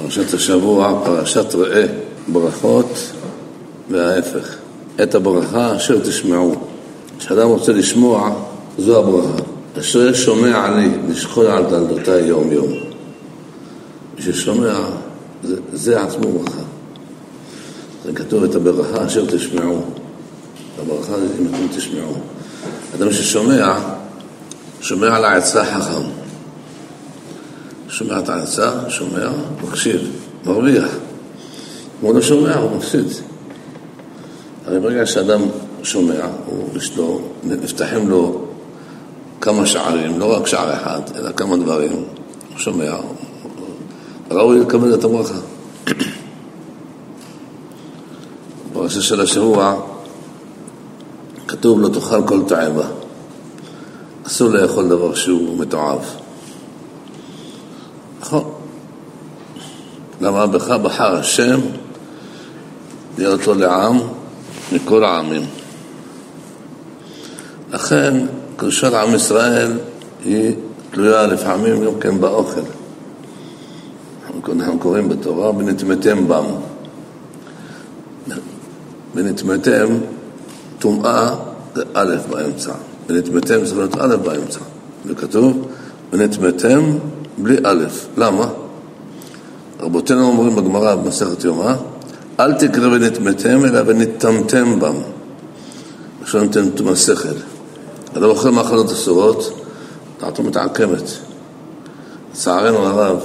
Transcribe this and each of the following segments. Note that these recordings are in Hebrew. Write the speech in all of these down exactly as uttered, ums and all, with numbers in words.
פרשת השבוע, פרשת ראה, ברכות וההפך. את הברכה אשר תשמעו. כשאדם רוצה לשמוע, זו הברכה. אשר שומע אני, נשכון על דלדותי יום יום. כששומע, זה, זה עצמו ברכה. זה כתוב את הברכה אשר תשמעו. הברכה זה אם אתם תשמעו. אדם ששומע, שומע על העצה חכם. שומע את העצה, שומע, מקשיב, מרוויח. כמו לא שומע, הוא מפסיד. הרי ברגע שאדם שומע, הוא אשתו, נפתחים לו כמה שערים, לא רק שער אחד, אלא כמה דברים. הוא שומע, ראוי לקבל את הברכה. ברשת של השבוע, כתוב לא תאכל כל תועבה. אסור לאכול דבר שהוא מתועב. נכון. למה בך בחר השם להיות לו לעם מכל העמים. לכן קדושת עם ישראל היא תלויה לפעמים גם כן באוכל. אנחנו קוראים בתורה ונתמתם בם. ונתמתם טומאה זה א' באמצע. ונתמתם זה להיות א' באמצע. וכתוב ונתמתם בלי א'. למה? רבותינו אומרים בגמרא במסכת יומא, אל תקרא ונתמתם אלא ונתמתם בם. עכשיו נתן תום השכל. אדם אוכל מאכלות אסורות, דעתו מתעקמת. לצערנו הרב,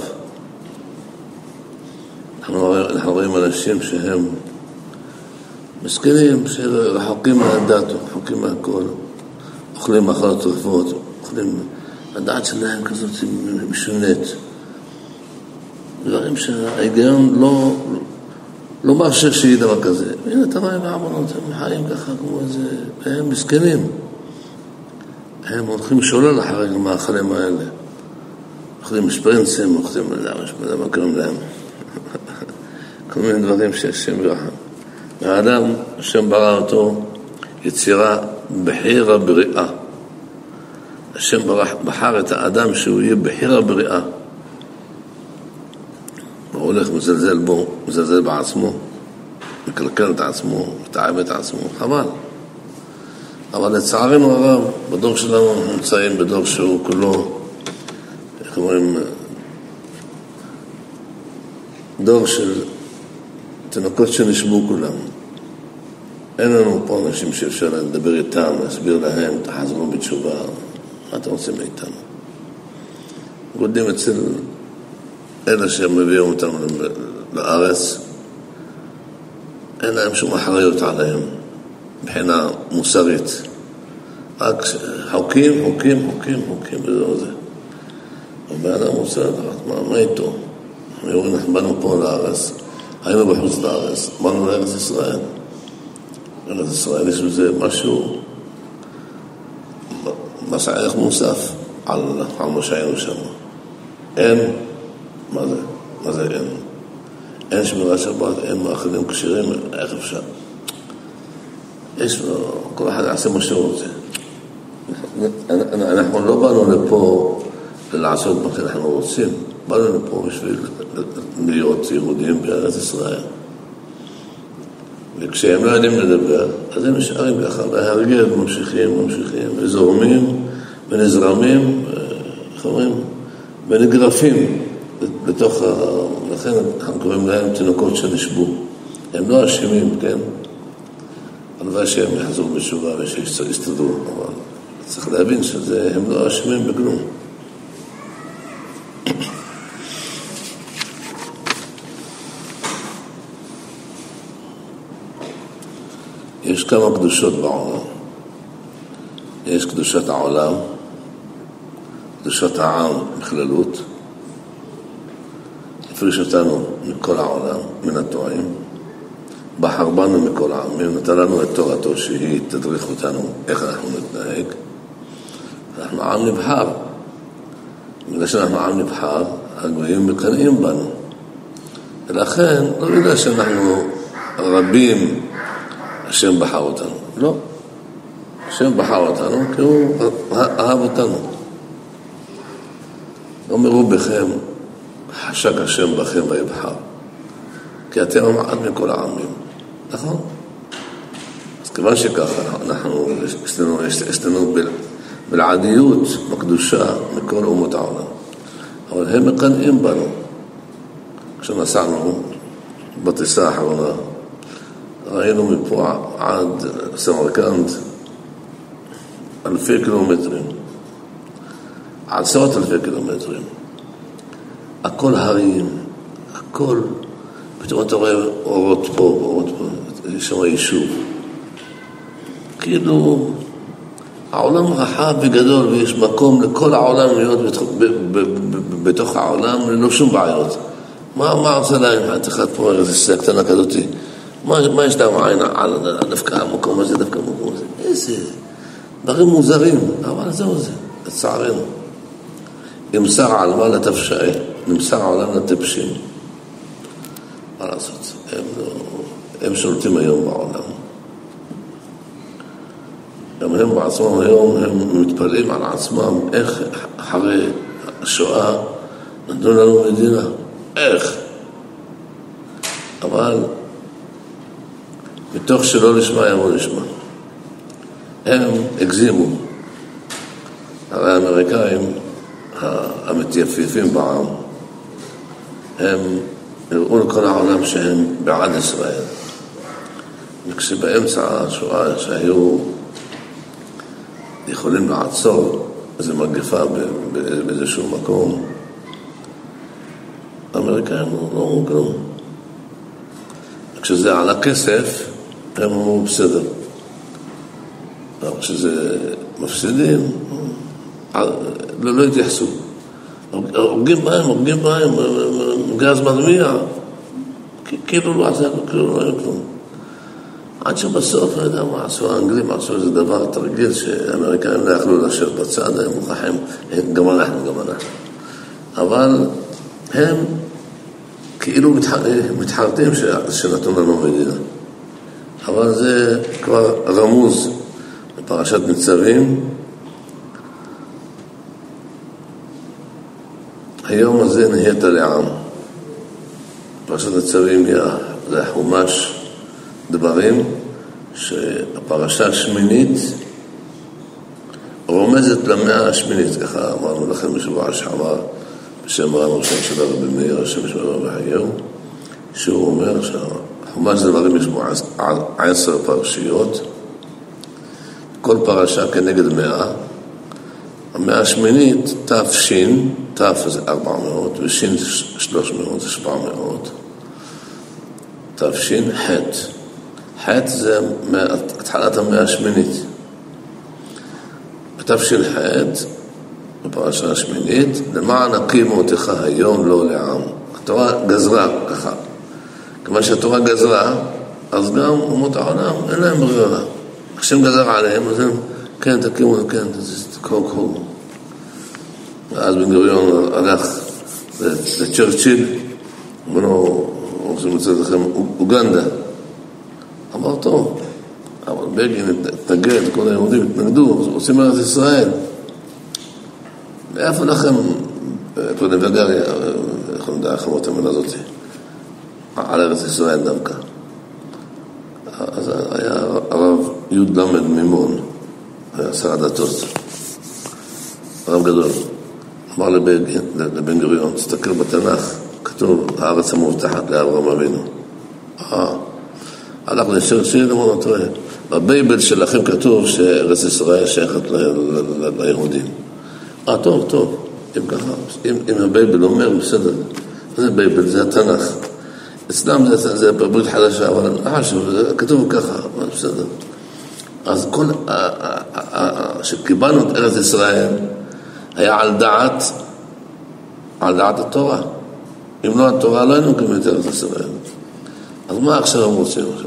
אנחנו, אנחנו רואים אנשים שהם מסכנים, שרחוקים מהדת, רחוקים מהכל, אוכלים מאכלות טרפות, אוכלים, הדעת שלהם כזאת משונית. דברים שההיגיון לא, לא מרשה שיהיה דבר כזה. הנה אתה רואה בעבונות, הם חיים ככה כמו איזה, הם מסכנים. הם הולכים שולל אחרי המאכלים האלה. אוכלים שפרינצים, אוכלים למה, מה קוראים להם? כל מיני דברים שהשם ברחם. והאדם, השם ברא אותו, יצירה בחיר הבריאה. השם בחר את האדם שהוא יהיה בחיר הבריאה. הוא הולך מזלזל בו, מזלזל בעצמו, מקלקל את עצמו, מתעב את עצמו, חבל. אבל לצערנו הרב, בדור שלנו אנחנו נמצאים בדור שהוא כולו, איך אומרים, דור של תינוקות שנשבו כולם. אין לנו פה אנשים שאפשר לדבר איתם, להסביר להם, תחזרו בתשובה, מה אתם רוצים מאיתנו? גודלים אצל אלה שהם מביאים אותם לארץ, אין להם שום אחריות עליהם, מבחינה מוסרית. רק חוקים, חוקים, חוקים, חוקים, וזהו זה. ובאדם מוסר, מה, מה איתו? אנחנו באנו פה לארץ, היינו בחוץ לארץ, באנו לארץ ישראל. ארץ ישראל יש בזה משהו, מס ערך מוסף על, על מה שהיינו שם. אין, מה זה? מה זה אין? אין שמירה שבת, אין מאכלים כשרים, איך אפשר? יש, כל אחד יעשה מה שהוא רוצה. אנחנו לא באנו לפה לעשות מה שאנחנו רוצים, באנו לפה בשביל להיות יהודים בארץ ישראל. וכשהם לא יודעים לדבר, אז הם נשארים ככה, בהרגל ממשיכים, ממשיכים, וזורמים, ונזרמים, איך אומרים, ונגרפים בתוך ה... לכן אנחנו קוראים להם תינוקות שנשבו. הם לא אשמים, כן? הלוואי שהם יחזרו בתשובה ושיסתדרו, אבל צריך להבין שהם לא אשמים בכלום. יש כמה קדושות בעולם. יש קדושת העולם, קדושת העם בכללות, הפריש אותנו מכל העולם, מן הטועים, בחר בנו מכל העמים, נתן לנו את תורתו שהיא תדריך אותנו איך אנחנו נתנהג. אנחנו עם נבחר. בגלל שאנחנו עם נבחר, הגויים מקנאים בנו. ולכן, לא בגלל שאנחנו רבים, השם בחר אותנו. לא. השם בחר אותנו כי הוא אהב אותנו. אומרו בכם, חשק השם בכם ויבחר. כי אתם המעט מכל העמים. נכון? אז כיוון שככה, אנחנו, יש לנו, יש לנו בלעדיות מקדושה מכל אומות העולם. אבל הם מקנאים בנו. כשנסענו בטיסה האחרונה, ראינו מפה עד סמרקנד אלפי קילומטרים, עשרות אלפי קילומטרים. הכל הרים, הכל, פתאום אתה רואה אורות פה, אורות פה, יש שם יישוב. כאילו, העולם רחב וגדול, ויש מקום לכל העולם להיות בתוך העולם, ללא שום בעיות. מה, מה רוצה להם? את אחד פה, איזו סיה קטנה כזאתי. מה, מה יש להם עין על דווקא המקום הזה, דווקא המקום הזה? איזה דברים מוזרים, אבל זהו זה, לצערנו. נמסר העלמה לתפשעי, נמסר העולם לטפשים. מה לעשות? הם, לא, הם שולטים היום בעולם. גם הם בעצמם היום, הם מתפלאים על עצמם, איך אחרי השואה נתנו לנו מדינה. איך? אבל מתוך שלא לשמה יבוא לשמה. הם הגזימו. הרי האמריקאים המתייפיפים בעם, הם הראו לכל העולם שהם בעד ישראל. וכשבאמצע השואה שהיו יכולים לעצור איזו מגפה באיזשהו מקום, האמריקאים לא אמרו כלום. כשזה עלה כסף, הם אמרו בסדר. אבל כשזה מפסידים, לא, לא התייחסו. הורגים בהם, הורגים בהם, גז מדמיע, כאילו לא עשה, כאילו לא היה כלום. עד שבסוף, לא יודע מה עשו, האנגלים עשו איזה דבר תרגיל שהאמריקאים לא יכלו לשבת בצד, הם מוכחים, גם אנחנו, גם אנחנו. אבל הם כאילו מתחרטים שנתנו לנו מדינה. אבל זה כבר רמוז בפרשת ניצבים. היום הזה נהיית לעם. פרשת ניצבים זה החומש דברים שהפרשה השמינית רומזת למאה השמינית, ככה אמרנו לכם בשבוע שעבר בשם רב ראשון של הרבי מאיר, השם של הרבי חיהו, שהוא אומר שהחומש דברים יש בו עשר פרשיות, כל פרשה כנגד מאה, המאה השמינית תפשין, תף זה ארבע מאות ושין שלוש מאות זה שבע מאות, תפשין חט, חט זה התחלת המאה השמינית, בתפשין חט בפרשה השמינית, למען הקימו אותך היום לא לעם. התורה גזרה ככה. כמה שהתורה גזרה, אז גם אומות העולם אין להם ברירה. השם גזר עליהם, אז הם, כן, תקימו, כן, תקחו, קחו. ואז בן גוריון הלך לצ'רצ'יל, אמרו, רוצים לצאת לכם אוגנדה. אמר טוב, אבל בגין התנגד, כל היהודים התנגדו, רוצים לארץ ישראל. ואיפה לכם, פה נבגריה, איך אני יודע איך אמרת המילה הזאת, על ארץ ישראל דווקא. אז היה הרב יוד למד מימון, היה שר הדתות, הרב גדול, אמר לבן גוריון, תסתכל בתנ"ך, כתוב, הארץ המובטחת לאברהם אבינו. אה, הלך לצ'רצ'יל, אמר לו, תראה, בבייבל שלכם כתוב שארץ ישראל שייכת ליהודים. אה, טוב, טוב, אם ככה, אם, אם הבייבל אומר, בסדר, זה בייבל, זה התנ"ך. אצלם זה, זה ברית חדשה, אבל חשוב, זה כתוב ככה, אבל בסדר. אז כל, שקיבלנו את ארץ ישראל, היה על דעת, על דעת התורה. אם לא התורה, לא היינו קמים את ארץ ישראל. אז מה עכשיו הם רוצים עכשיו?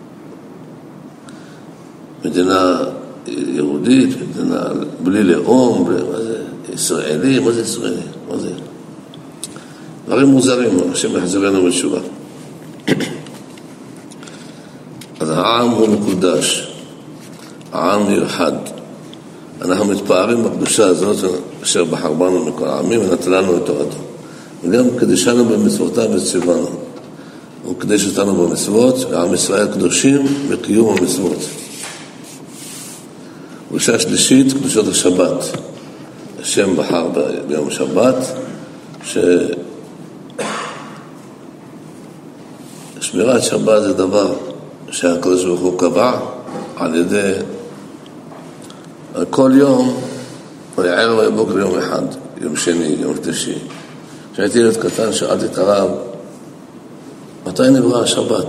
מדינה יהודית, מדינה בלי לאום, בלי, מה זה? ישראלי, מה זה ישראלי? מה זה? דברים מוזרים, השם יחזרנו בתשובה. אז העם הוא מקודש, העם מיוחד. אנחנו מתפארים בקדושה הזאת אשר בחר בנו מכל העמים ונתן לנו את תורתו. וגם קדשנו במצוותיו וציוונו. הוא קדש אותנו במצוות, ועם ישראל קדושים בקיום המצוות. קדושה שלישית, קדושות השבת. השם בחר ביום שבת, ששמירת שבת זה דבר שהקדוש ברוך הוא קבע על ידי כל יום, ערב ובוקר יום אחד, יום שני, יום שלישי. כשהייתי ילד קטן שאלתי את הרב, מתי נברא השבת?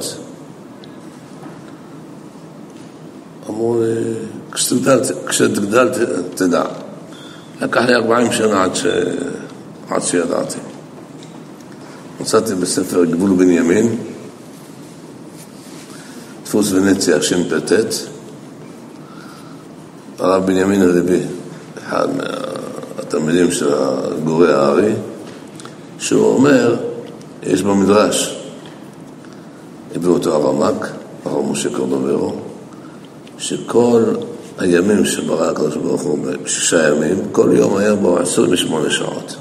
אמרו לי, כשתגדל, כשתגדל תדע. לקח לי ארבעים שנה עד, ש... עד שידעתי. מצאתי בספר גבול בנימין, דפוס ונציה שם פטט, הרב בנימין הלוי, אחד מהתלמידים של הגורי הארי, שהוא אומר, יש במדרש, הביאו אותו הרמק, הרב משה קורדוברו, שכל הימים שברא הקדוש ברוך הוא בשישה ימים, כל יום היה בו עשרים ושמונה שעות.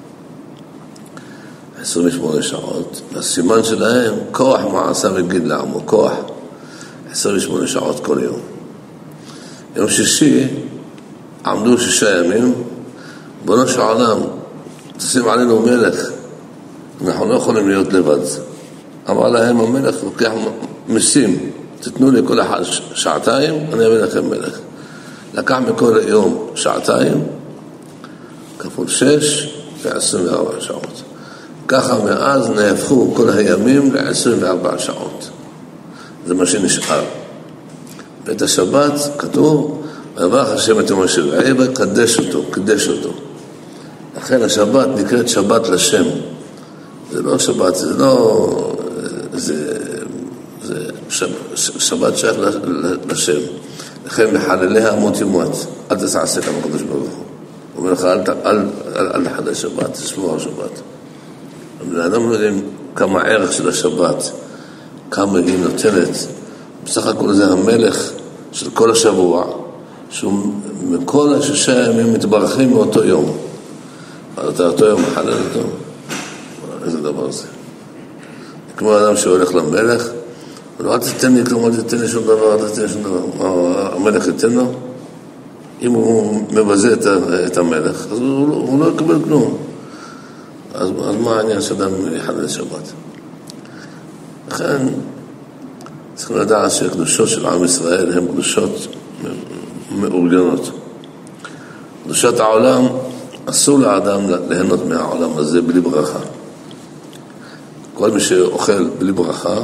עשרים ושמונה שעות, והסימן שלהם, כוח מעשה וגיד לעמו, כוח, עשרים ושמונה שעות כל יום. יום שישי, עמדו שישה ימים, בנו של העולם, תשים עלינו מלך, אנחנו לא יכולים להיות לבד. אמר להם המלך, לוקח מיסים, תתנו לי כל אחד שעתיים, אני אביא לכם מלך. לקח מכל יום שעתיים, כפול שש ועשרים וארבע שעות. ככה מאז נהפכו כל הימים לעשרים וארבע שעות. זה מה שנשאר. בית השבת כתוב, ויברך השם את יום השביעי וקדש אותו, קדש אותו. לכן השבת נקראת שבת לשם. זה לא שבת, זה לא... זה... זה שבת שייך לשם. לכן מחלליה אמות יומות, אל תעשה כמה קדוש ברוך הוא. הוא אומר לך, אל תחלל שבת, תשמור שבת. אבל האדם לא יודעים כמה הערך של השבת, כמה היא נותנת. בסך הכל זה המלך של כל השבוע, שהוא מכל השישה ימים מתברכים מאותו יום. אז אתה אותו יום מחלל אותו. איזה דבר זה? כמו אדם שהולך למלך, לא, אל תתן לי כלום, אל תתן לי שום דבר, אל תתן לי שום דבר. המלך ייתן לו, אם הוא מבזה את, את המלך, אז הוא, הוא לא יקבל כלום. אז, אז מה העניין שאדם יחלל שבת? לכן, צריכים לדעת שהקדושות של עם ישראל הן קדושות מאורגנות. קדושת העולם, אסור לאדם ליהנות מהעולם הזה בלי ברכה. כל מי שאוכל בלי ברכה,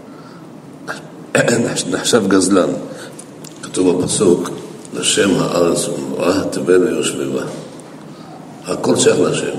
נחשב גזלן. כתוב בפסוק, לשם הארץ ומראה תבל ויושבבה. הכל שייך לשם.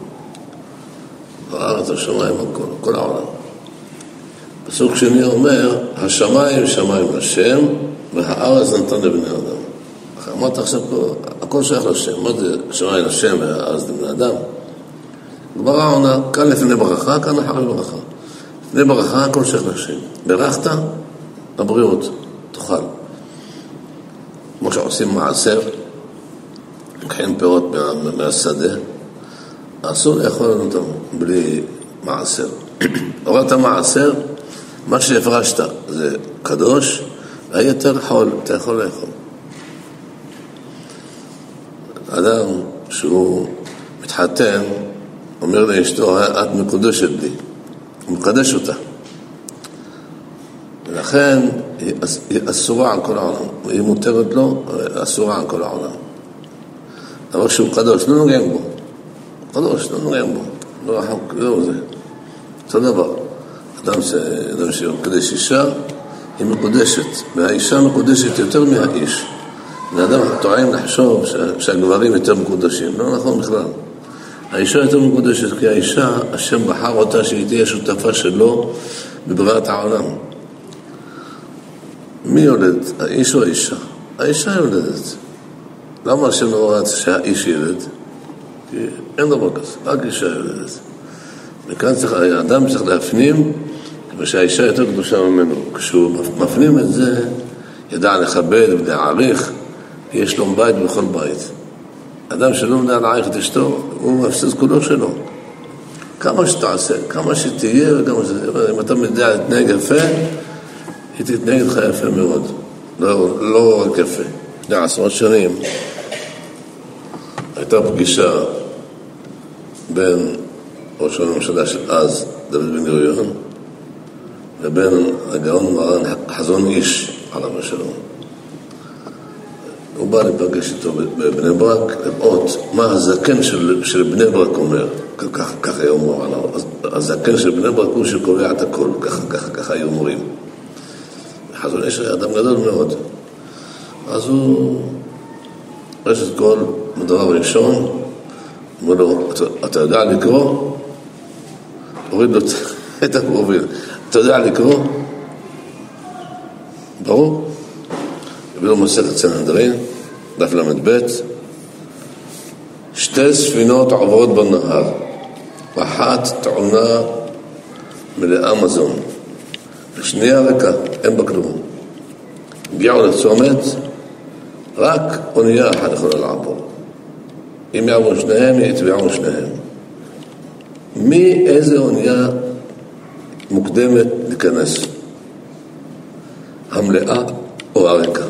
הארץ, השמיים, הכל, כל העולם. פסוק שני אומר, השמיים שמיים לשם, והארץ נתן לבני אדם. אמרת עכשיו פה, הכל שייך לשם. מה זה שמיים לשם והארץ לבני אדם? גמרא עונה, כאן לפני ברכה, כאן אחרי ברכה. לפני ברכה, הכל שייך לשם. ברכת, הבריאות, תאכל. כמו שעושים מעשר, לקחים פירות מה, מהשדה, אסור לאכול אותם בלי מעשר. הורדת מעשר, מה שהפרשת זה קדוש, והיתר חול, אתה יכול לאכול. אדם שהוא מתחתן, אומר לאשתו, את מקודשת לי, הוא מקדש אותה. ולכן היא אסורה על כל העולם, היא מותרת לו, אסורה על כל העולם. אבל שהוא קדוש, לא נוגעים בו. קדוש, לא נוגעים בו. לא רחוק, לא זה. אותו דבר. אדם שמקדש אישה, היא מקודשת. והאישה מקודשת יותר מהאיש. ואדם טוען לחשוב שהגברים יותר מקודשים. לא נכון בכלל. האישה יותר מקודשת, כי האישה, השם בחר אותה שהיא תהיה שותפה שלו בבריאת העולם. מי יולד? האיש או האישה? האישה יולדת. למה השם לא רץ שהאיש ילד? כי אין דבר כזה, רק אישה יולדת. וכאן צריך, האדם צריך להפנים, כמו שהאישה יותר קדושה ממנו. כשהוא מפנים את זה, ידע לכבד ולהעריך, יש לו בית בכל בית. אדם שלא מדע להעריך את אשתו, הוא מפסיד כולו שלו. כמה שתעשה, כמה שתהיה וכמה שתהיה. אם אתה יודע להתנהג יפה, היא תתנהג לך יפה מאוד. לא, לא רק יפה. לפני עשרות שנים הייתה פגישה בין ראש הממשלה של אז, דוד בן גוריון, לבין הגאון מרן חזון איש עליו השלום. הוא בא לפגש איתו בבני ברק, לראות מה הזקן של, של בני ברק אומר. ככה, ככה היו אומרים עליו. הזקן של בני ברק הוא שקובע את הכל. ככה, ככה, ככה היו אומרים. חזון איש היה אדם גדול מאוד. אז הוא ראשית כל, בדבר ראשון, אומר לו, אתה, אתה יודע לקרוא? הוריד לו את הפרוביל. אתה יודע לקרוא? ברור? הביא לו מסכת סנהדרין, דף למד ב', שתי ספינות עוברות בנהר, אחת טעונה מלאה מזון, ושנייה ריקה, אין בה כלום. הגיעו לצומת, רק אונייה אחת יכולה לעבור. אם יעברו שניהם, יתביעו שניהם. מי איזה אונייה מוקדמת להיכנס? המלאה או הריקה?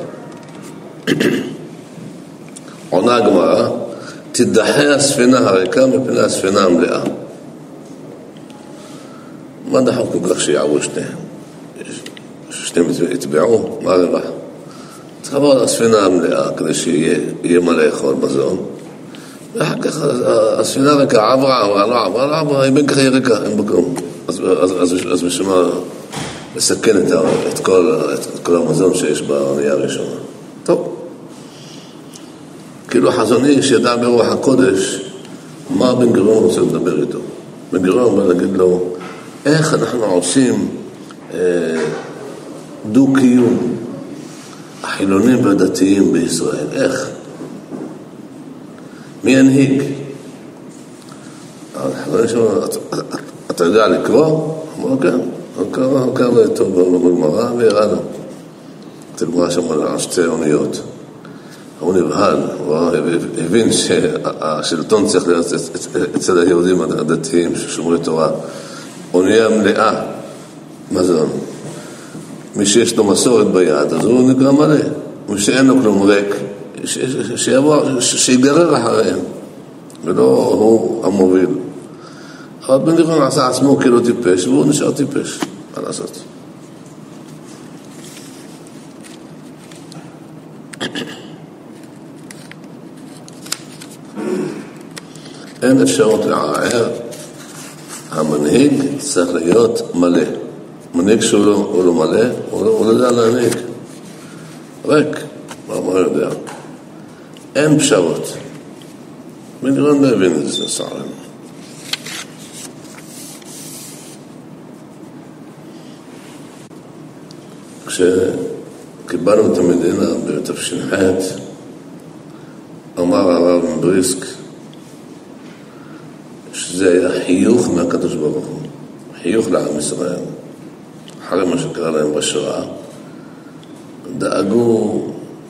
עונה הגמרא, תדחה הספינה הריקה מפני הספינה המלאה. מה דחף כל כך שיעברו שניהם? שניהם יתביעו, מה הרווח? צריך לעבור על הספינה המלאה כדי שיהיה מה לאכול מזון, ואחר כך הספינה הריקה עברה, עברה, לא עברה, לא עברה, היא בין ככה היא ריקה, אין בכלום. אז, אז, אז, אז בשביל מה לסכן את, את, כל, את כל המזון שיש באונייה הראשונה. טוב. כאילו חזוני שידע ברוח הקודש מה בן גוריון רוצה לדבר איתו. בן גוריון בא להגיד לו איך אנחנו עושים אה, דו-קיום החילונים והדתיים בישראל. איך? מי ינהיג? חזוני שאומר, אתה יודע לקרוא? אמרו כן. הוא קרא לו איתו בגמרא והראה לו. את הגמרא שם על שתי אוניות. הוא נבהל, הוא הבין שהשלטון צריך להיות אצל היהודים הדתיים ששומרי תורה. אונייה מלאה, מזון. מי שיש לו מסורת ביד, אז הוא נקרא מלא. מי שאין לו כלום ריק, שיבוא, שיגרר אחריהם. ולא הוא המוביל. אבל בן גוריון עשה עצמו כאילו טיפש, והוא נשאר טיפש. מה לעשות? אין אפשרות לערער. המנהיג צריך להיות מלא. מנהיג שהוא לא, הוא לא מלא, הוא לא, הוא לא יודע להנהיג. רק, מה מה יודע? אין פשרות. בן גוריון לא הבין את זה, סערנו. כשקיבלנו את המדינה בתש"ח, אמר הרב מבריסק שזה היה חיוך מהקדוש ברוך הוא, חיוך לעם ישראל. אחרי מה שקרה להם בשואה, דאגו,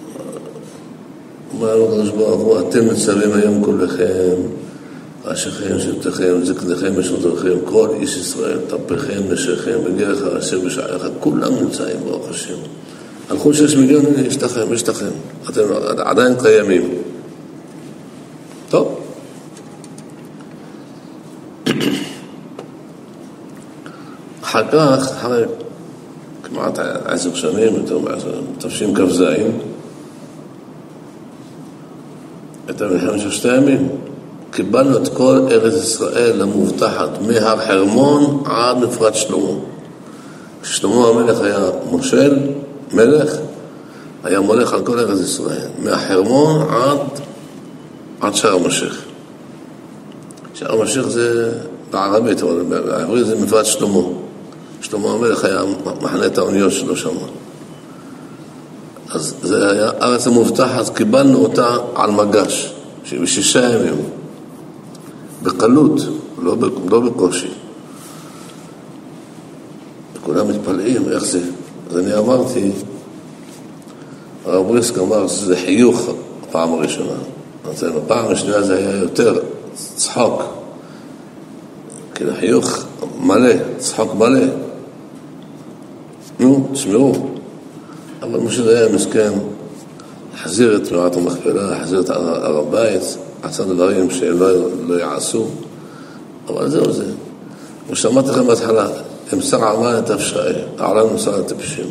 אמר הקדוש ברוך הוא, אתם מצווים היום כולכם, ראשיכם, שבטיכם, זקניכם, משרתיכם, כל איש ישראל, טפכם, נשיכם, בגרך אשר בשעריך, כולם נמצאים ברוך השם. הלכו שש מיליון, הנה, יש לכם, יש לכם. אתם עדיין קיימים. טוב. אחר כך, אחרי כמעט עשר שנים, יותר מעשר, תפשים כף זין, את המלחמת ששת הימים. קיבלנו את כל ארץ ישראל המובטחת, מהר חרמון עד מפרץ שלמה. כששלמה המלך היה מושל, מלך, היה מולך על כל ארץ ישראל, מהחרמון עד, עד שער המשך. שער המשך זה בערבית, אבל בעברית זה מפרץ שלמה. שלמה המלך היה מחנה את האוניות שלו שם. אז זה היה ארץ המובטחת, קיבלנו אותה על מגש, שבשישה ימים. בקלות, לא, לא בקושי. כולם מתפלאים, איך זה? אז אני אמרתי, הרב בריסק אמר שזה חיוך הפעם הראשונה. אז הפעם השנייה זה היה יותר צחוק. כאילו חיוך מלא, צחוק מלא. נו, תשמעו. אבל משה היה מסכן, להחזיר את מערת המכפלה, להחזיר את הר הבית, עשה דברים שלא לא יעשו. אבל זהו זה. ושמעתי לכם בהתחלה, הם שר עלה את אפשעי, העולם שר את הפשים.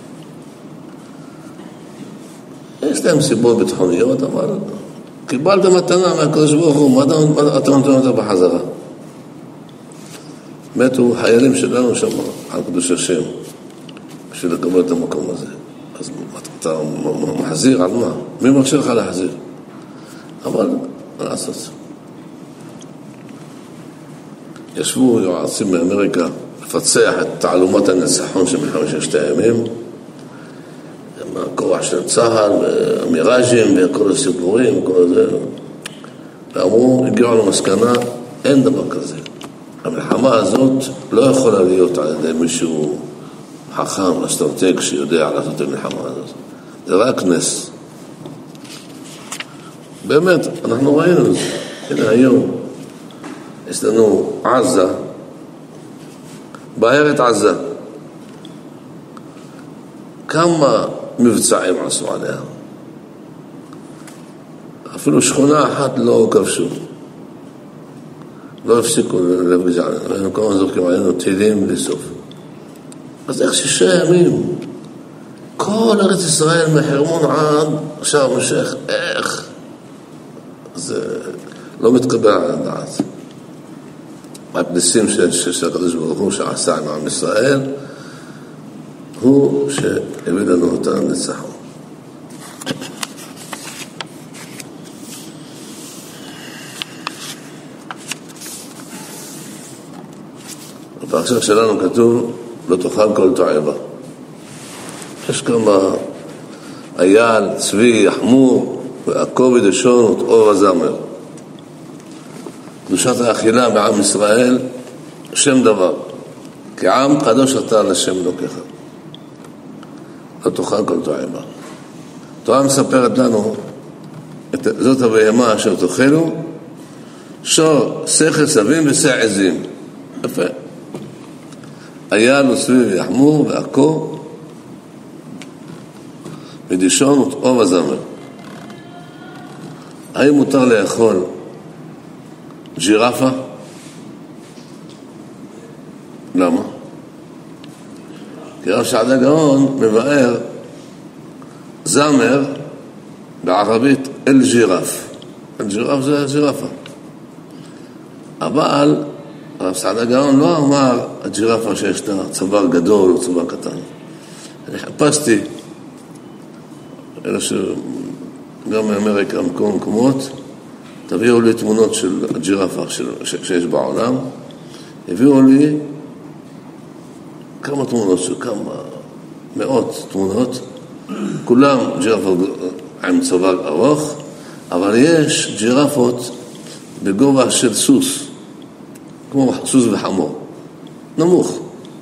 יש להם סיבות ביטחוניות, אבל קיבלתם מתנה מהקדוש ברוך הוא, מה אתה נותן אותה בחזרה? מתו חיילים שלנו שם על קדוש השם, בשביל לקבל את המקום הזה. אז אתה מחזיר על מה? מי מרשה לך להחזיר? אבל מה לעשות? ישבו יועצים מאמריקה לפצח את תעלומת הניצחון של מלחמת ששת הימים, הכוח של צה"ל, והמיראז'ים וכל הסיפורים וכל זה, ואמרו, הגיעו למסקנה, אין דבר כזה. המלחמה הזאת לא יכולה להיות על ידי מישהו חכם, אסטרטג שיודע לעשות את המלחמה הזאת. זה רק נס. באמת, אנחנו ראינו את זה. הנה היום, יש לנו עזה, בערת עזה. כמה מבצעים עשו עליה. אפילו שכונה אחת לא כבשו. לא הפסיקו להפגיש עלינו. היינו כמה זורקים עלינו טילים בלי סוף. אז איך שישה ימים? כל ארץ ישראל מחרמון עד עכשיו משך. איך? זה לא מתקבל על הדעת. הפניסים של הקדוש ברוך הוא שעשה עם עם ישראל, הוא שהביא לנו אותה לניצחון. בפרשה שלנו כתוב, לא תאכל כל תועבה. יש כמה אייל, צבי, יחמור, ועקוב ודשון, ותאור הזמר. קדושת האכילה בעם ישראל, שם דבר. כי עם קדוש אתה לשם אלוקיך. לא תאכל כל תועבה. תורה מספרת לנו, את, זאת הבהמה אשר תאכלו, שור, שכל סבים ושא עזים. יפה. אייל וצבי ויחמור ועקו ודישון ותאוב הזמר. האם מותר לאכול ג'ירפה? למה? כי רב סעדיה גאון מבאר זמר בערבית אל ג'ירף. אל ג'ירף זה ג'ירפה. אבל רב סעדיה גאון לא אמר הג'ירפה שיש לה צוואר גדול או צוואר קטן. אני חיפשתי, אלא שגם מאמריקה מקום מקומות, תביאו לי תמונות של הג'ירפה שיש בעולם, הביאו לי כמה תמונות, כמה מאות תמונות, כולם ג'ירפה עם צוואר ארוך, אבל יש ג'ירפות בגובה של סוס, כמו סוס וחמור, נמוך.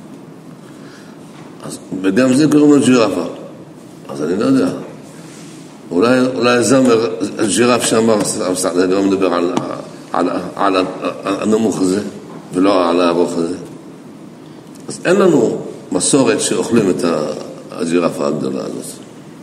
אז, וגם זה קוראים לו ג'ירפה. אז אני לא יודע. אולי, אולי זמר, ג'ירף שאמר, גם מדבר על, על, על, על הנמוך הזה, ולא על הארוך הזה. אז אין לנו מסורת שאוכלים את הג'ירפה הגדולה הזאת.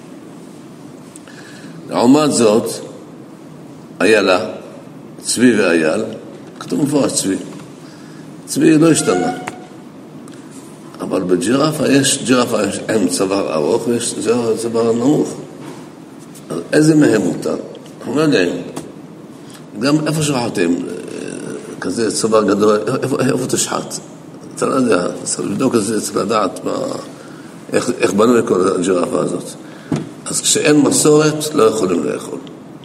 לעומת זאת, איילה, צבי ואייל, כתוב מפורש צבי. צבי לא השתנה. אבל בג'ירפה יש ג'ירפה עם צוואר ארוך ויש צוואר נמוך. אז איזה מהם מותר? אנחנו לא יודעים. גם איפה שחטתם כזה צוואר גדול, איפה, איפה תשחט? אתה לא יודע, צריך לבדוק את זה, צריך לדעת מה, איך, איך בנו כל הג'ירפה הזאת. אז כשאין מסורת לא יכולים לאכול.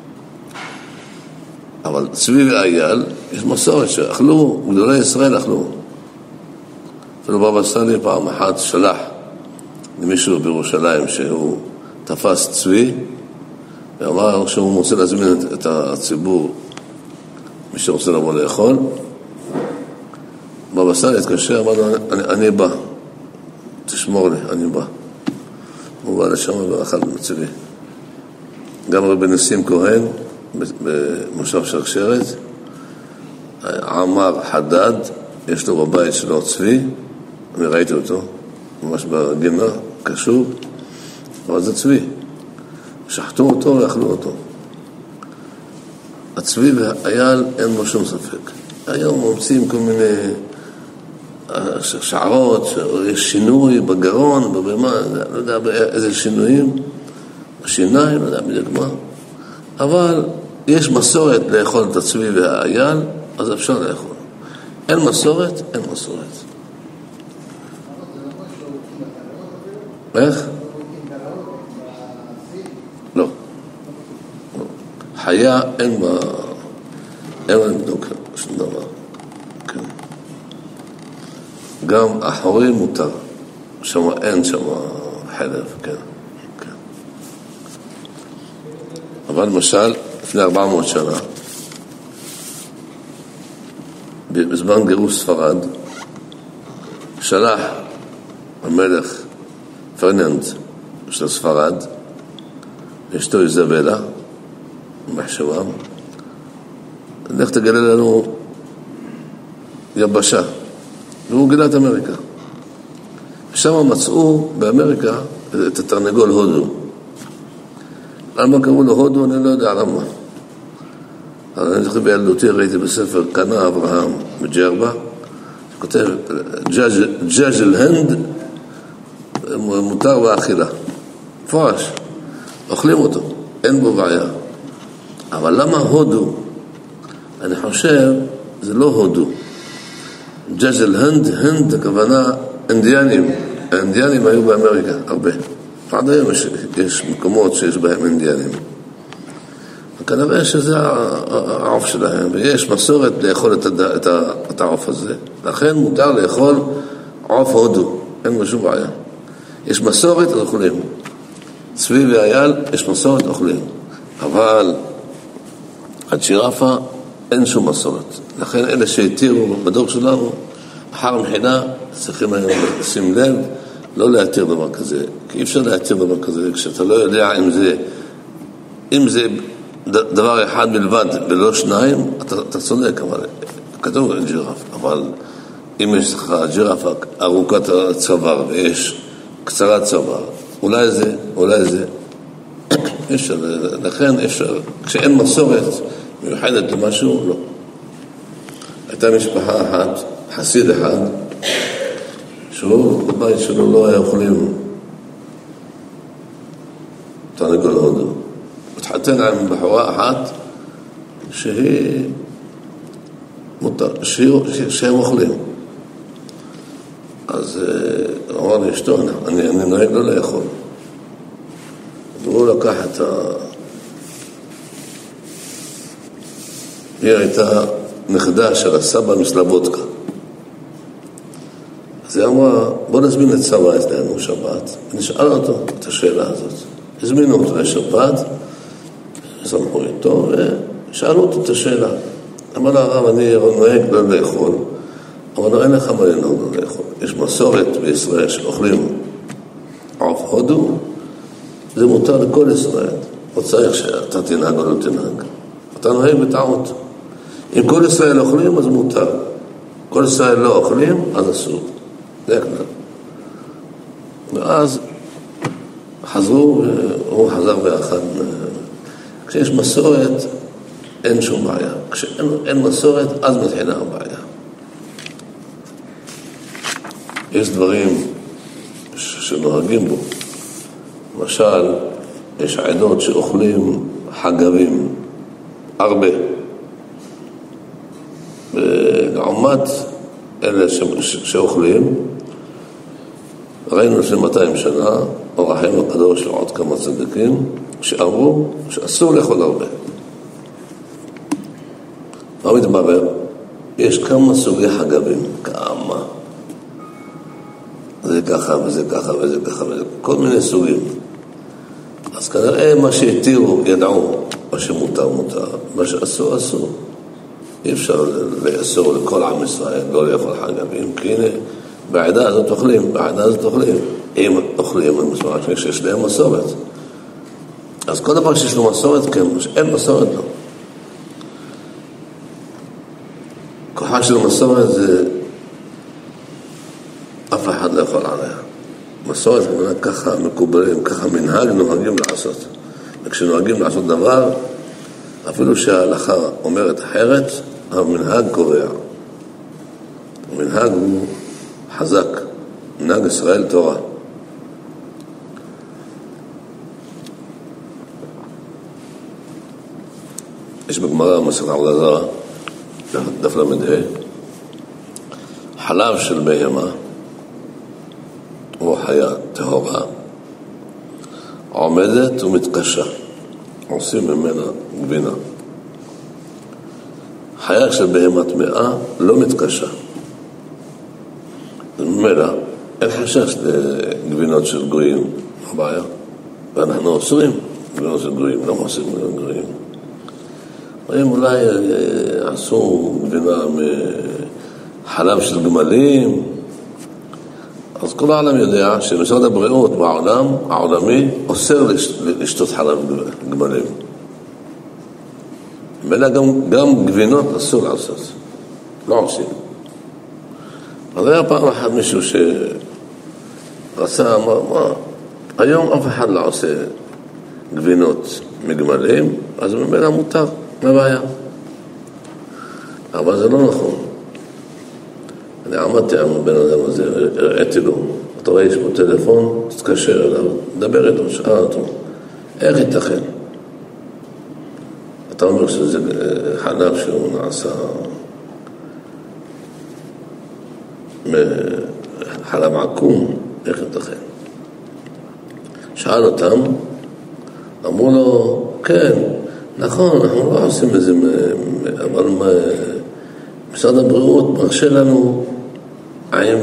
אבל צבי ואייל, יש מסורת שאכלו, גדולי ישראל אכלו. אפילו בבא סאלי פעם אחת שלח למישהו בירושלים שהוא תפס צבי, ואמר שהוא רוצה להזמין את הציבור, מי שרוצה לבוא לאכול. בבא סאלי התקשר, אמר לו, אני, אני בא, תשמור לי, אני בא. הוא בא לשם ואכל מצבי. גם רבי נסים כהן, במושב שרשרת, עמר חדד, יש לו בבית שלו צבי, אני ראיתי אותו, ממש בגינה, קשור, אבל זה צבי. שחטו אותו ואכלו אותו. הצבי והאייל אין בו שום ספק. היום מומצים כל מיני שערות, יש שינוי בגרון, בבמה, לא יודע איזה שינויים, בשיניים, לא יודע בדיוק מה. אבל יש מסורת לאכול את הצבי והאייל, אז אפשר לאכול. אין מסורת, אין מסורת. איך? לא. חיה אין בה, אין בה לבדוק שום דבר. כן. גם אחורי מותר. שם אין שם חלב, כן. כן. אבל למשל, לפני ארבע מאות שנה, בזמן גירוש ספרד, שלח המלך פרננד של ספרד, אשתו איזבלה, מחשבם, לך תגלה לנו יבשה, והוא גילה את אמריקה. ושם מצאו באמריקה את התרנגול הודו. למה קראו לו הודו? אני לא יודע למה. אבל אני זוכר בילדותי, ראיתי בספר קנה אברהם מג'רבה, כותב, ג'אג' אל-הנד מותר באכילה. פרש, אוכלים אותו, אין בו בעיה. אבל למה הודו? אני חושב, זה לא הודו. ג'אג' אל-הנד, הנד, הכוונה אינדיאנים. האינדיאנים היו באמריקה, הרבה. עד היום יש, יש מקומות שיש בהם אינדיאנים. וכנראה שזה העוף שלהם, ויש מסורת לאכול את, הד... את, ה... את העוף הזה. לכן מותר לאכול עוף הודו, אין לו שום בעיה. יש מסורת, אז אוכלים. צבי ואייל, יש מסורת, אוכלים. אבל הג'ירפה, אין שום מסורת. לכן אלה שהתירו בדור שלנו, אחר מחילה, צריכים היום לשים לב, לא להתיר דבר כזה. כי אי אפשר להתיר דבר כזה, כשאתה לא יודע אם זה, אם זה דבר אחד מלבד ולא שניים, אתה, אתה צודק, אבל כתוב על ג'ירף. אבל אם יש לך ג'ירפה ארוכת צוואר ויש קצרת צוואר, אולי זה, אולי זה. אפשר, לכן אפשר, כשאין מסורת מיוחדת למשהו, לא. הייתה משפחה אחת, חסיד אחד, שהוא בבית שלו לא היה אוכלים תרנגול הודו. התחתן עם בחורה אחת שהיא מותר, שהם אוכלים. אז אמר לי, אשתו, אני, אני נוהג לא לאכול. והוא לקח את ה... היא הייתה נכדה של הסבא מסלבודקה. אז היא אמרה, בוא נזמין את סבא אצלנו שבת, ונשאל אותו את השאלה הזאת. הזמינו אותו לשבת, סמכו איתו, ושאלו אותו את השאלה. אמר לה, הרב, אני נוהג לא לאכול, אבל אין לך מה לנהוג לא לאכול. יש מסורת בישראל שאוכלים עוף הודו, זה מותר לכל ישראל. לא צריך שאתה תנהג או לא תנהג. אתה נוהג בטעות. אם כל ישראל אוכלים, אז מותר. כל ישראל לא אוכלים, אז אסור. זה הכלל. ואז חזרו, הוא חזר באחד. כשיש מסורת, אין שום בעיה. כשאין אין מסורת, אז מתחילה הבעיה. יש דברים שנוהגים בו. למשל, יש עדות שאוכלים חגבים הרבה. ולעומת אלה שאוכלים, ראינו לפני מאתיים שנה, אור החיים הקדוש ועוד כמה צדיקים, שאמרו שאסור לאכול הרבה. מה מתברר? יש כמה סוגי חגבים, כמה. זה ככה וזה ככה וזה ככה וזה, כל מיני סוגים. אז כנראה מה שהתירו ידעו, מה שמותר מותר, מה שאסור אסור. אי אפשר לאסור לכל עם ישראל, לא לאכול חגבים, כי הנה, בעדה הזאת אוכלים, בעדה הזאת אוכלים. אם אוכלים, הם מסורת שיש להם מסורת. אז כל דבר שיש לו מסורת, כן, אין מסורת לא. כוחה של מסורת זה אף אחד לא יכול עליה. מסורת, ככה מקובלים, ככה מנהג נוהגים לעשות. וכשנוהגים לעשות דבר, אפילו שההלכה אומרת אחרת, המנהג קובע. המנהג הוא חזק, מנהג ישראל תורה. יש בגמרא מסכת עבודה זרה, דף למדה, חלב של בהמה, או חיה טהורה, עומדת ומתקשה, עושים ממנה גבינה. חיה של בהמה טמאה לא מתקשה. ממילא אין חשש לגבינות של גויים, הבעיה. ואנחנו אוסרים גבינות של גויים, לא עושים גבינות גויים. הם אולי עשו גבינה מחלב של גמלים, אז כל העולם יודע שמשרד הבריאות בעולם, העולמי, אוסר לשתות חלב גמלים. ממילא גם, גם גבינות אסור לעשות, לא עושים. אז היה פעם אחת מישהו שרצה, אמר, מה, היום אף אחד לא עושה גבינות מגמלים, אז ממילא מותר, מה בעיה? אבל זה לא נכון. אני עמדתי עם הבן אדם הזה, הראיתי לו, אתה רואה, יש בו טלפון, תתקשר אליו, דבר איתו, שאל אותו, איך ייתכן? אתה אומר שזה חלב שהוא נעשה חלב עקום, איך ייתכן? שאל אותם, אמרו לו, כן, נכון, אנחנו לא עושים איזה, אבל משרד הבריאות מרשה לנו עם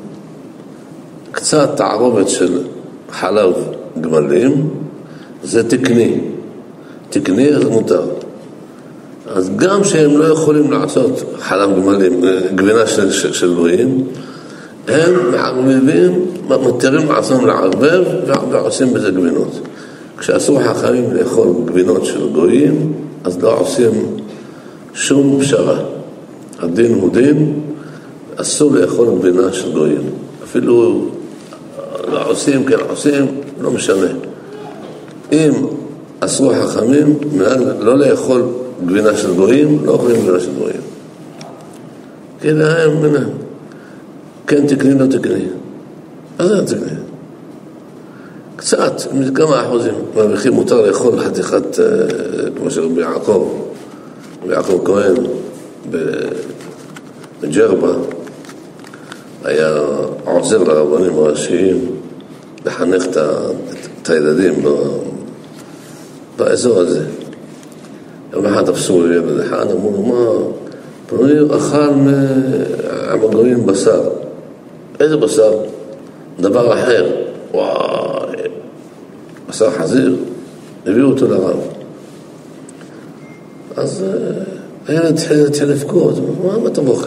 קצת תערובת של חלב גמלים, זה תקני, תקני זה מותר. אז גם שהם לא יכולים לעשות חלב גמלים, גבינה של, של, של גויים, הם מערבבים, מתירים לעצמם לערבב ועושים בזה גבינות. כשאסור חכמים לאכול גבינות של גויים, אז לא עושים שום פשרה. הדין הוא דין, אסור לאכול גבינה של גויים. אפילו לא עושים, כן עושים, לא משנה. אם אסור חכמים, לא לאכול גבינה של גויים, לא אוכלים גבינה של גויים. כי להם, מנה, כן תקני, לא תקני. אז זה תקני. קצת, כמה אחוזים. מרוויחים מותר לאכול חתיכת, כמו שרבי יעקב, רבי יעקב כהן, בג'רבה, היה עוזר לרבנים הראשיים לחנך את הילדים באזור הזה. יום אחד תפסו ילד אחד, אמרו לו, מה, פלוני אכל מהגויים בשר. איזה בשר? דבר אחר. וואי, בשר חזיר, הביאו אותו לרב. אז הילד התחיל לבכות, מה אתה בוכה?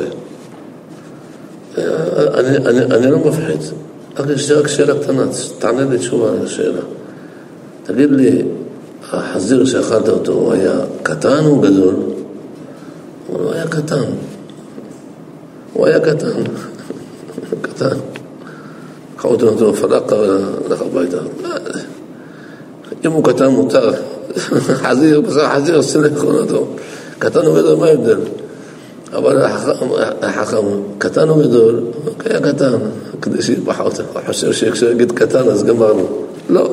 אני, אני, אני לא מפחיד. יש לי רק שאלה קטנה, תענה לי תשובה על השאלה. תגיד לי, החזיר שאכלת אותו, הוא היה קטן או גדול? הוא לא היה קטן. הוא היה קטן. קטן. קחו אותו פלאקה ולך הביתה. אם הוא קטן מותר, חזיר, בשר חזיר, עושים לאכול אותו. קטן או גדול, מה ההבדל? אבל החכם, קטן או גדול, היה קטן, כדי שיפחה אותה. הוא חושב שכשיגיד קטן, אז גמרנו. לא.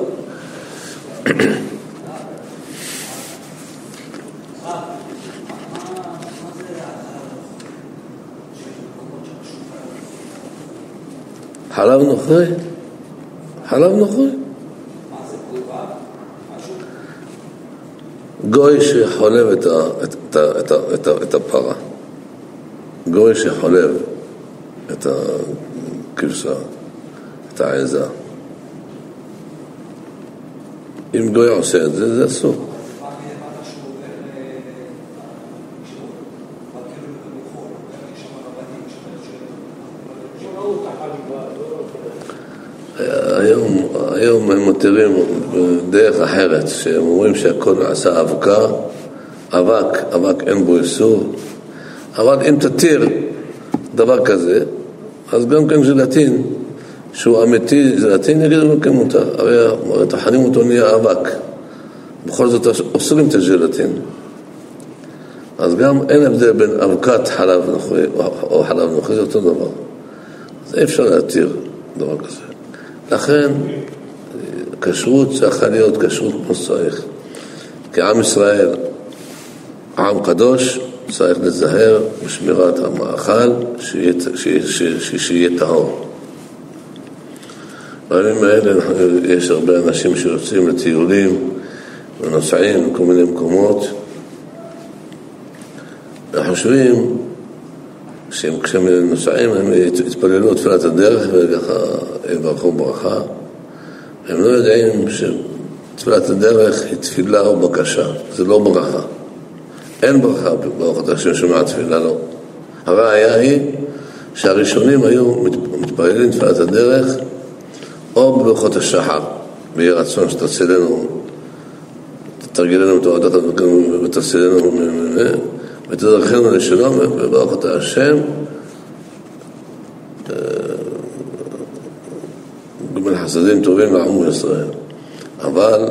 חלב נוכרי? חלב נוכרי? גוי שחולב את, ה, את, ה, את, ה, את, ה, את הפרה. גוי שחולב את הכבשה, את העזה. אם גוי עושה את זה, זה אסור. היום, היום הם מתירים בדרך אחרת, שהם אומרים שהכל נעשה אבקה, אבק, אבק אין בו איסור, אבל אם תתיר דבר כזה, אז גם כן ז'לטין שהוא אמיתי, זלטין, יגידו לו כן מותר. הרי תחנים אותו נהיה אבק. בכל זאת אוסרים את הז'לטין. אז גם אין הבדל בין אבקת חלב נוכרי או חלב נוכרי, זה אותו דבר. אז אי אפשר להתיר דבר כזה. לכן, כשרות צריכה להיות כשרות כמו שצריך. כי עם ישראל, עם קדוש, צריך לזהר בשמירת המאכל שיהיה, שיהיה, שיהיה, שיהיה טהור. בימים האלה יש הרבה אנשים שיוצאים לטיולים ונוסעים לכל מיני מקומות וחושבים שכשהם נוסעים הם יתפללו תפילת הדרך וככה יברכו ברכה. הם לא יודעים שתפילת הדרך היא תפילה או בקשה, זה לא ברכה. אין ברכה ברוכת השם שומע תפילה, לא. הראיה היא שהראשונים היו מתפללים תפילת הדרך או בברכות השחר, ויהי רצון שתצילנו, תתרגלנו את הורדת הדברים ותצילנו ותדרכנו לשלום וברכות השם גמל חסדים טובים לעם ישראל. אבל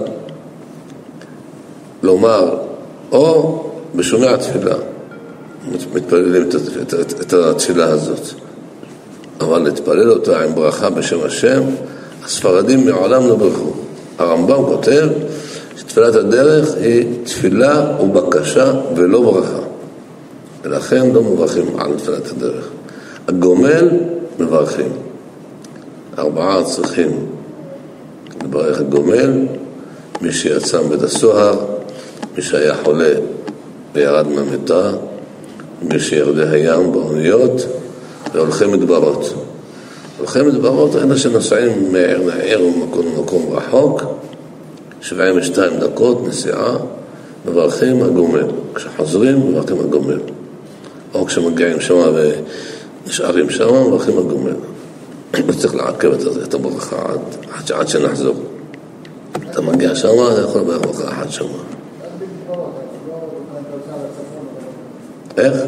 לומר או בשומע תפילה מתפללים את התפילה הזאת, אבל להתפלל אותה עם ברכה בשם השם, הספרדים מעולם לא ברכו. הרמב"ם כותב שתפילת הדרך היא תפילה ובקשה ולא ברכה, ולכן לא מברכים על תפילת הדרך. הגומל מברכים. ארבעה צריכים לברך הגומל: מי שיצא מבית הסוהר, מי שהיה חולה וירד מהמיטה, מי שירדי הים באוניות, והולכי מדברות. הולכי מדברות אלה שנוסעים מעיר לעיר ומקום למקום רחוק, שבעים ושתיים דקות נסיעה, מברכים הגומל. כשחוזרים מברכים הגומל, או כשמגיעים שם ונשארים שם מברכים הגומל. צריך לעכב את הברכה עד, עד, עד שנחזור. אתה מגיע שם, אתה יכול לברך ברכה אחת שם. איך?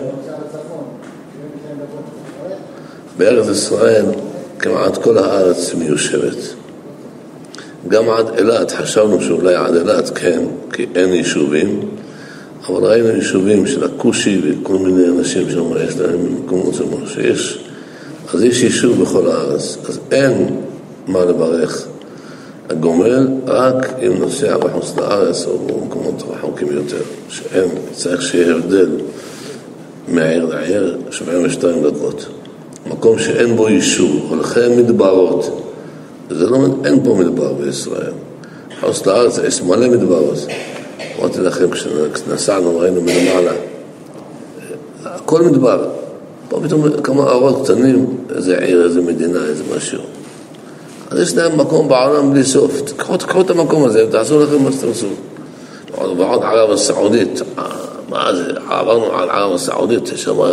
בארץ ישראל כמעט כל הארץ מיושבת. גם עד אילת, חשבנו שאולי עד אילת כן, כי אין יישובים, אבל ראינו יישובים של הכושי וכל מיני אנשים שם יש להם מקומות שיש. אז יש יישוב בכל הארץ, אז אין מה לברך הגומל, רק אם נוסע בחוץ לארץ או במקומות רחוקים יותר, שאין, צריך שיהיה הבדל מהעיר לעיר שבעים ושתיים דקות. מקום שאין בו יישוב, הולכי מדברות, זה לא, אין פה מדבר בישראל. בחוץ לארץ יש מלא מדברות. אמרתי לכם, כשנסענו ראינו מלמעלה, הכל מדבר. פה פתאום כמה ערות קטנים, איזה עיר, איזה מדינה, איזה משהו. אז יש להם מקום בעולם בלי סוף. תקחו, תקחו את המקום הזה ותעשו לכם מה שתעשו. ועוד ערב הסעודית, מה זה? עברנו על ערב הסעודית, יש שם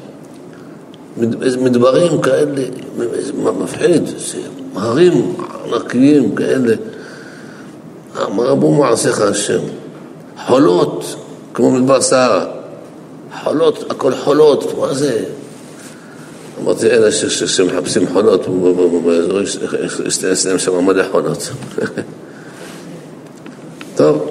מדברים כאלה, מפחיד, מהרים ענקיים כאלה. מה רבו מעשיך השם? חולות, כמו מדבר סהרה. חולות, הכל חולות, מה זה? אמרתי, אלה שמחפשים חולות, יש להם שם מלא חולות. טוב.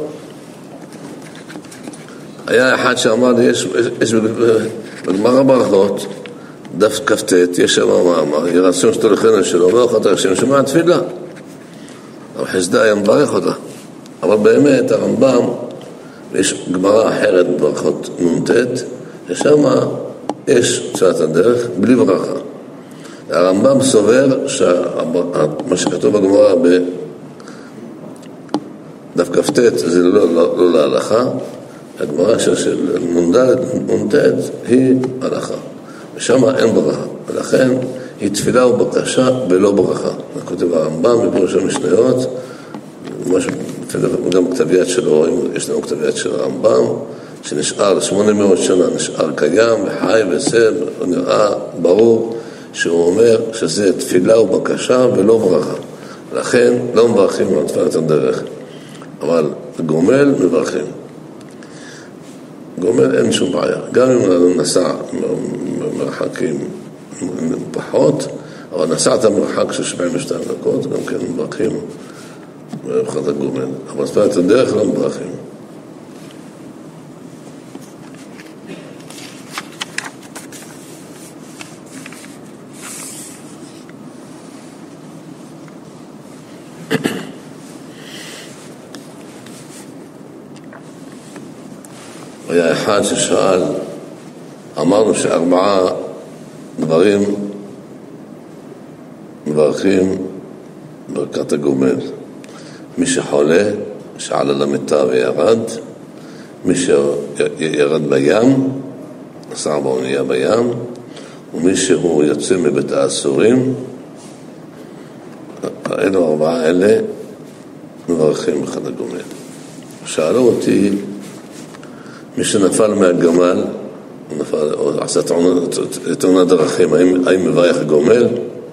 היה אחד שאמר לי, יש בגמרא ברכות, דף כ"ט, יש שם מאמר, יהי רצון שתולכנו שלו, ואוכלת השם שומע תפילה. אבל חסדה היה מברך אותה. אבל באמת הרמב"ם, יש גמרא אחרת בברכות נ"ט, ושם יש תפילת הדרך בלי ברכה. הרמב"ם סובר שמה שכתוב בגמרא בדף כ"ט זה לא, לא, לא להלכה, הגמרא של נ"ד נ"ט היא הלכה, ושם אין ברכה, ולכן היא תפילה ובקשה ולא ברכה. זה כותב הרמב"ם בפירוש המשניות, גם כתב יד שלו, יש לנו כתב יד של הרמב"ם שנשאר שמונה מאות שנה, נשאר קיים וחי וסב, נראה ברור שהוא אומר שזה תפילה ובקשה ולא ברכה, לכן לא מברכים על תפילת הדרך, אבל גומל מברכים. גומל אין שום בעיה, גם אם נסע מרחקים פחות, אבל נסעת מרחק של שבעים ושתיים דקות, גם כן מברכים ברכת הגומל. אבל שפת הדרך לא מברכים. היה אחד ששאל, אמרנו שארבעה דברים מברכים ברכת הגומל. מי שחולה, שעלה למיטה וירד, מי שירד בים, נסע באונייה בים, ומי שהוא יוצא מבית האסורים, אלו ארבעה אלה מברכים ברכת הגומל. שאלו אותי, מי שנפל מהגמל, נפל, או עשה תאונת דרכים, האם, האם מברך הגומל?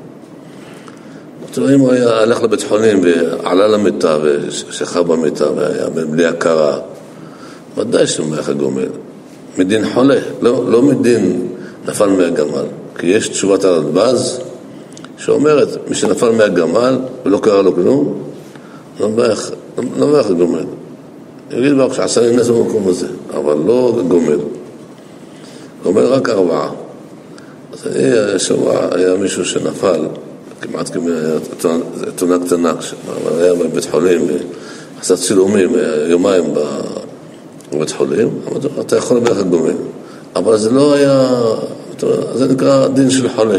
אם הוא היה הלך לבית חולים ועלה למיטה ושכב במיטה והיה בלי הכרה, ודאי שהוא מברך הגומל. מדין חולה, לא, לא מדין נפל מהגמל. כי יש תשובת הרדב"ז שאומרת, מי שנפל מהגמל ולא קרה לו כלום, לא מברך, לא מברך הגומל. יגיד ברוך שעשה לי נס במקום הזה, אבל לא גומל. גומל רק ארבעה. אז היה, שבוע, היה מישהו שנפל, כמעט תאונה קטנה, היה בבית חולים, ועשה צילומים יומיים בבית חולים, אמרתי, אתה יכול לברך הגומל. אבל זה לא היה, זה נקרא דין של חולה.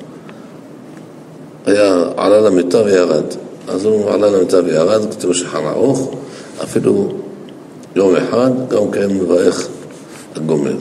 היה עלה למיטה וירד. אז הוא עלה למיטה וירד, כתוב שחר ערוך, אפילו יום אחד, גם כן מברך הגומל.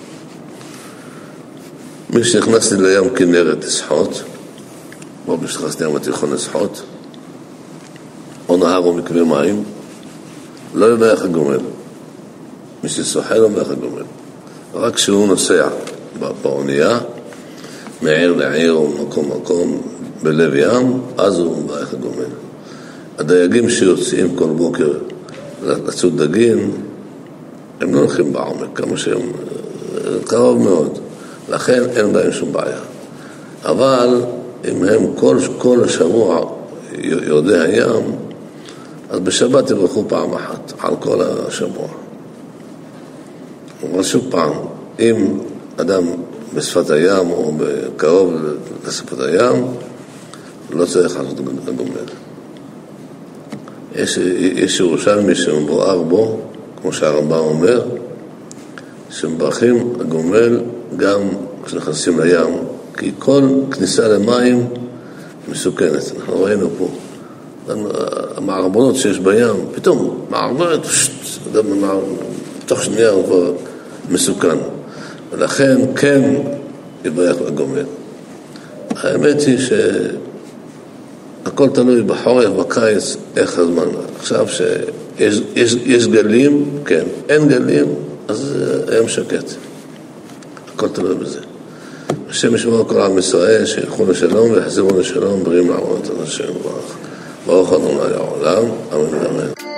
מי שנכנס לי לים כנרת לשחות, בוא משתכנס לים התיכון לשחות, או נהר או מקווה מים, לא מברך הגומל. מי ששוחה לא מברך הגומל. רק כשהוא נוסע באונייה, מעיר לעיר או מקום מקום, בלב ים, אז הוא מברך הגומל. הדייגים שיוצאים כל בוקר לצוד דגים, הם לא הולכים בעומק, כמה שהם קרוב מאוד, לכן אין בהם שום בעיה. אבל אם הם כל, כל השבוע יורדי הים, אז בשבת יברכו פעם אחת על כל השבוע. אבל שוב פעם, אם אדם בשפת הים או קרוב לשפת הים, לא צריך לעשות הגומל. יש, יש ירושלמי שמבואר בו, כמו שהרמב"ם אומר, שמברכים הגומל גם כשנכנסים לים, כי כל כניסה למים מסוכנת. אנחנו ראינו פה המערבונות שיש בים, פתאום מערברת, תוך שנייה הוא כבר מסוכן. ולכן כן יברך הגומל. האמת היא שהכל תלוי בחורף, בקיץ, איך הזמן. עכשיו שיש יש, יש גלים, כן, אין גלים, אז היום שקט. הכל תלוי בזה. השם ישמור כל עם ישראל, שילכו לשלום ויחזרו לשלום, בריאים לעבוד את השם ברוך. ברוך אדוני לעולם, אמן ואמן.